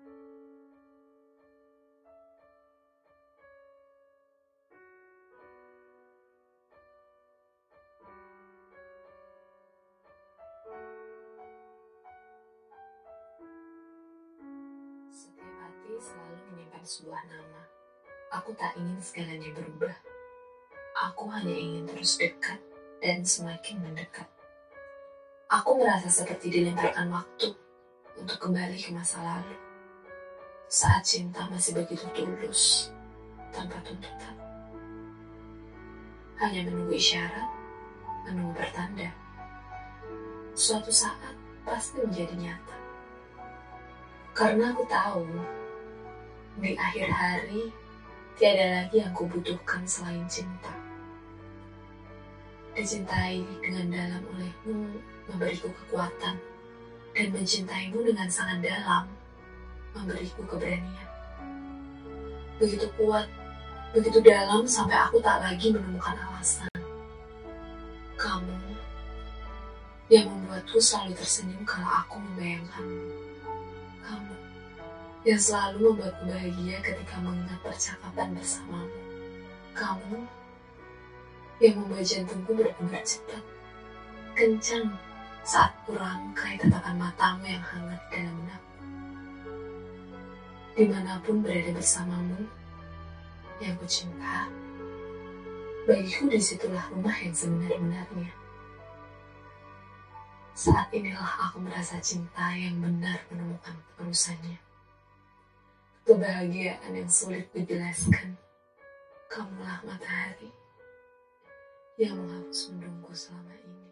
Setiap hati selalu menyimpan sebuah nama. Aku tak ingin segalanya berubah. Aku hanya ingin terus dekat dan semakin mendekat. Aku merasa seperti dilemparkan waktu untuk kembali ke masa lalu. Saat cinta masih begitu tulus, tanpa tuntutan. Hanya menunggu isyarat, menunggu pertanda. Suatu saat pasti menjadi nyata. Karena aku tahu, di akhir hari, tiada lagi yang kubutuhkan selain cinta. Dicintai dengan dalam olehmu memberiku kekuatan, dan mencintaimu dengan sangat dalam memberiku keberanian. Begitu kuat, begitu dalam sampai aku tak lagi menemukan alasan. Kamu yang membuatku selalu tersenyum kalau aku membayangkanmu. Kamu yang selalu membuatku bahagia ketika mengingat percakapan bersamamu. Kamu yang membuat jantungku berdebar cepat, kencang saat kurangkai tatapan matamu yang hangat dalam benakku. Dimanapun berada bersamamu, yang kucinta, bagiku disitulah rumah yang sebenar-benarnya. Saat inilah aku merasa cinta yang benar menemukan penerusannya. Kebahagiaan yang sulit dijelaskan. Kamulah matahari yang menghapus mendungku selama ini.